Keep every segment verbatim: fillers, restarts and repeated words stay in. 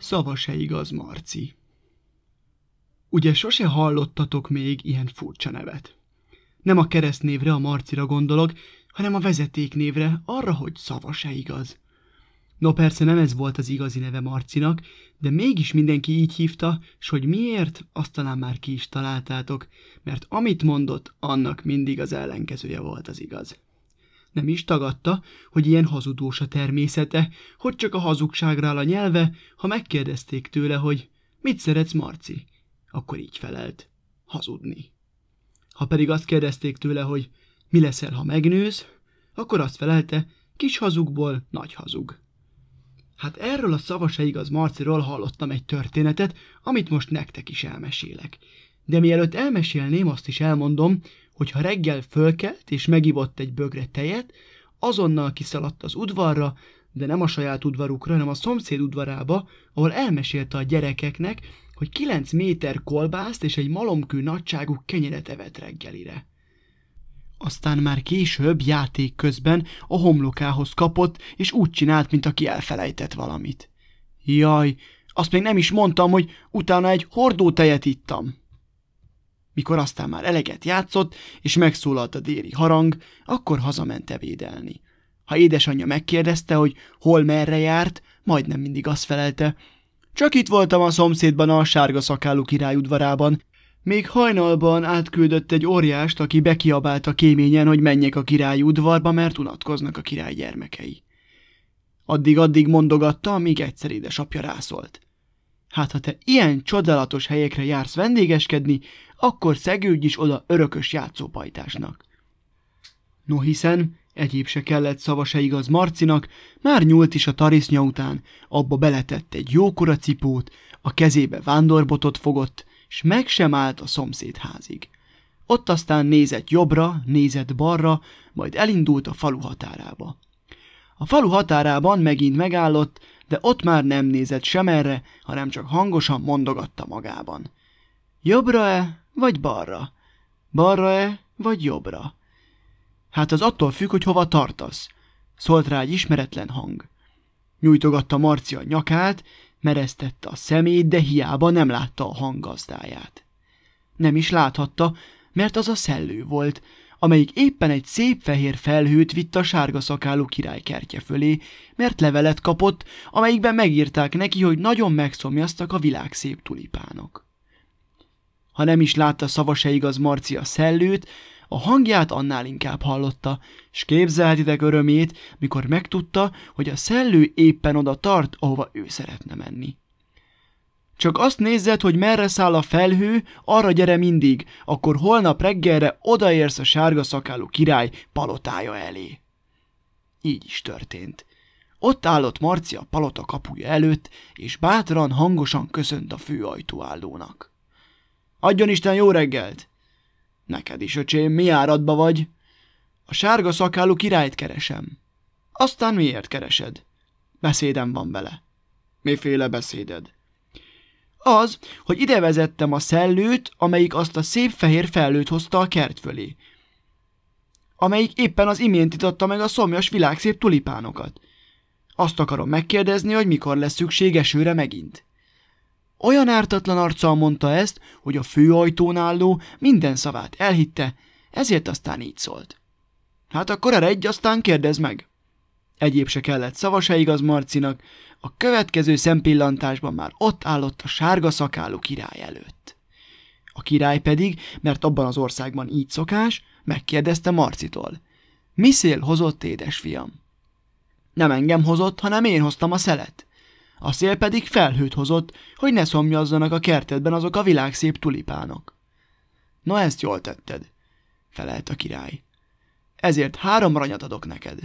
Szava se igaz, Marci. Ugye sose hallottatok még ilyen furcsa nevet? Nem a keresztnévre, a Marcira gondolok, hanem a vezetéknévre, arra, hogy szava se igaz. No persze nem ez volt az igazi neve Marcinak, de mégis mindenki így hívta, s hogy miért, azt talán már ki is találtátok, mert amit mondott, annak mindig az ellenkezője volt az igaz. Nem is tagadta, hogy ilyen hazudós a természete, hogy csak a hazugságra áll a nyelve, ha megkérdezték tőle, hogy mit szeretsz, Marci? Akkor így felelt, hazudni. Ha pedig azt kérdezték tőle, hogy mi leszel, ha megnősz, akkor azt felelte, kis hazugból nagy hazug. Hát erről a szava se igaz Marciról hallottam egy történetet, amit most nektek is elmesélek. De mielőtt elmesélném, azt is elmondom, hogy ha reggel fölkelt és megivott egy bögre tejet, azonnal kiszaladt az udvarra, de nem a saját udvarukra, hanem a szomszéd udvarába, ahol elmesélte a gyerekeknek, hogy kilenc méter kolbászt és egy malomkő nagyságú kenyeret evett reggelire. Aztán már később, játék közben a homlokához kapott, és úgy csinált, mint aki elfelejtett valamit. Jaj, azt még nem is mondtam, hogy utána egy hordó tejet ittam. Mikor aztán már eleget játszott, és megszólalt a déli harang, akkor hazament ebédelni. Ha édesanyja megkérdezte, hogy hol merre járt, majdnem mindig azt felelte, csak itt voltam a szomszédban a sárga szakálú király udvarában. Még hajnalban átküldött egy óriást, aki bekiabálta kéményen, hogy menjek a király udvarba, mert unatkoznak a király gyermekei. Addig-addig mondogatta, amíg egyszer édesapja rászólt. Hát, ha te ilyen csodálatos helyekre jársz vendégeskedni, akkor szegődj is oda örökös játszópajtásnak. No hiszen egyéb se kellett szava se igaz Marcinak, már nyúlt is a tarisznya után, abba beletett egy jókora cipót, a kezébe vándorbotot fogott, s meg sem állt a szomszéd házig. Ott aztán nézett jobbra, nézett balra, majd elindult a falu határába. A falu határában megint megállott, de ott már nem nézett sem erre, hanem csak hangosan mondogatta magában. Jobbra-e, vagy balra? Balra-e, vagy jobbra? Hát az attól függ, hogy hova tartasz, szólt rá egy ismeretlen hang. Nyújtogatta Marci a nyakát, meresztette a szemét, de hiába nem látta a hang gazdáját. Nem is láthatta, mert az a szellő volt, amelyik éppen egy szép fehér felhőt vitt a sárga szakálú király kertje fölé, mert levelet kapott, amelyikben megírták neki, hogy nagyon megszomjaztak a világszép tulipánok. Ha nem is látta szava se igaz Marci a szellőt, a hangját annál inkább hallotta, s képzelhetitek örömét, mikor megtudta, hogy a szellő éppen oda tart, ahova ő szeretne menni. Csak azt nézzed, hogy merre száll a felhő, arra gyere mindig, akkor holnap reggelre odaérsz a sárga szakálú király palotája elé. Így is történt. Ott állott Marci a palota kapuja előtt, és bátran, hangosan köszönt a főajtóállónak. Adjon Isten jó reggelt! Neked is, öcsém, mi áradba vagy? A sárga szakálú királyt keresem. Aztán miért keresed? Beszédem van vele. Miféle beszéded? Az, hogy ide vezettem a szellőt, amelyik azt a szép fehér felhőt hozta a kert fölé. Amelyik éppen az imént itatta meg a szomjas világszép tulipánokat. Azt akarom megkérdezni, hogy mikor lesz szükség esőre megint. Olyan ártatlan arccal mondta ezt, hogy a főajtón álló minden szavát elhitte, ezért aztán így szólt. Hát akkor eredj, aztán kérdezd meg. Egyéb se kellett szava se igaz Marcinak, a következő szempillantásban már ott állott a sárga szakálú király előtt. A király pedig, mert abban az országban így szokás, megkérdezte Marcitól. Mi szél hozott, édesfiam? Nem engem hozott, hanem én hoztam a szelet. A szél pedig felhőt hozott, hogy ne szomjazzanak a kertedben azok a világszép tulipánok. Na ezt jól tetted, felelt a király. Ezért három aranyat adok neked.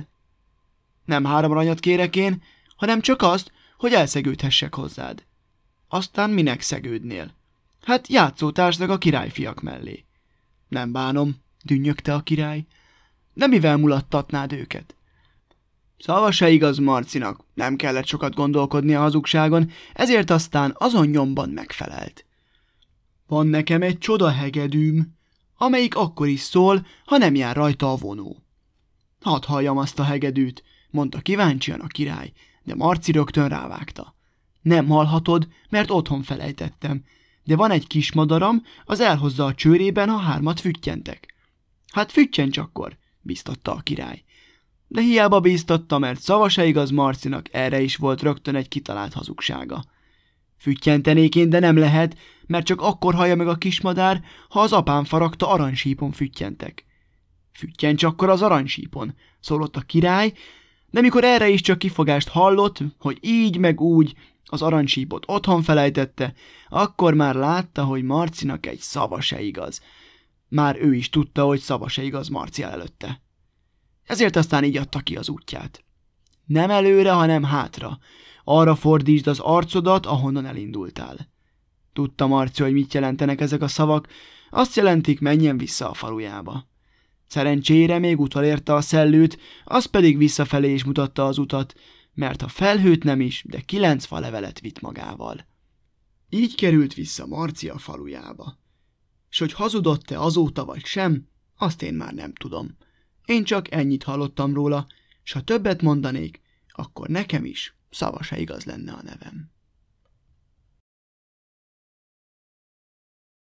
Nem három aranyat kérek én, hanem csak azt, hogy elszegődhessek hozzád. Aztán minek szegődnél? Hát játszótársnak a királyfiak mellé. Nem bánom, dünnyögte a király. De mivel mulattatnád őket? Szava se igaz Marcinak, nem kellett sokat gondolkodni a hazugságon, ezért aztán azon nyomban megfelelt. Van nekem egy csodahegedűm, amelyik akkor is szól, ha nem jár rajta a vonó. Hadd halljam azt a hegedűt, mondta kíváncsian a király, de Marci rögtön rávágta. Nem hallhatod, mert otthon felejtettem. De van egy kis madaram, az elhozza a csőrében, ha hármat füttyentek. Hát füttyents akkor, biztatta a király. De hiába bíztatta, mert szava se igaz Marcinak, erre is volt rögtön egy kitalált hazugsága. Füttyentenék én, de nem lehet, mert csak akkor hallja meg a kismadár, ha az apám faragta aranysípon füttyentek. Füttyents akkor az aranysípon, szólott a király, de mikor erre is csak kifogást hallott, hogy így meg úgy az aranysípot otthon felejtette, akkor már látta, hogy Marcinak egy szava se igaz. Már ő is tudta, hogy szava se igaz Marci előtte. Ezért aztán így adta ki az útját. Nem előre, hanem hátra. Arra fordítsd az arcodat, ahonnan elindultál. Tudta Marci, hogy mit jelentenek ezek a szavak, azt jelentik, menjen vissza a falujába. Szerencsére még utolérte a szellőt, az pedig visszafelé is mutatta az utat, mert a felhőt nem is, de kilenc falevelet vitt magával. Így került vissza Marci a falujába. S hogy hazudott-e azóta vagy sem, azt én már nem tudom. Én csak ennyit hallottam róla, s ha többet mondanék, akkor nekem is szava se igaz lenne a nevem.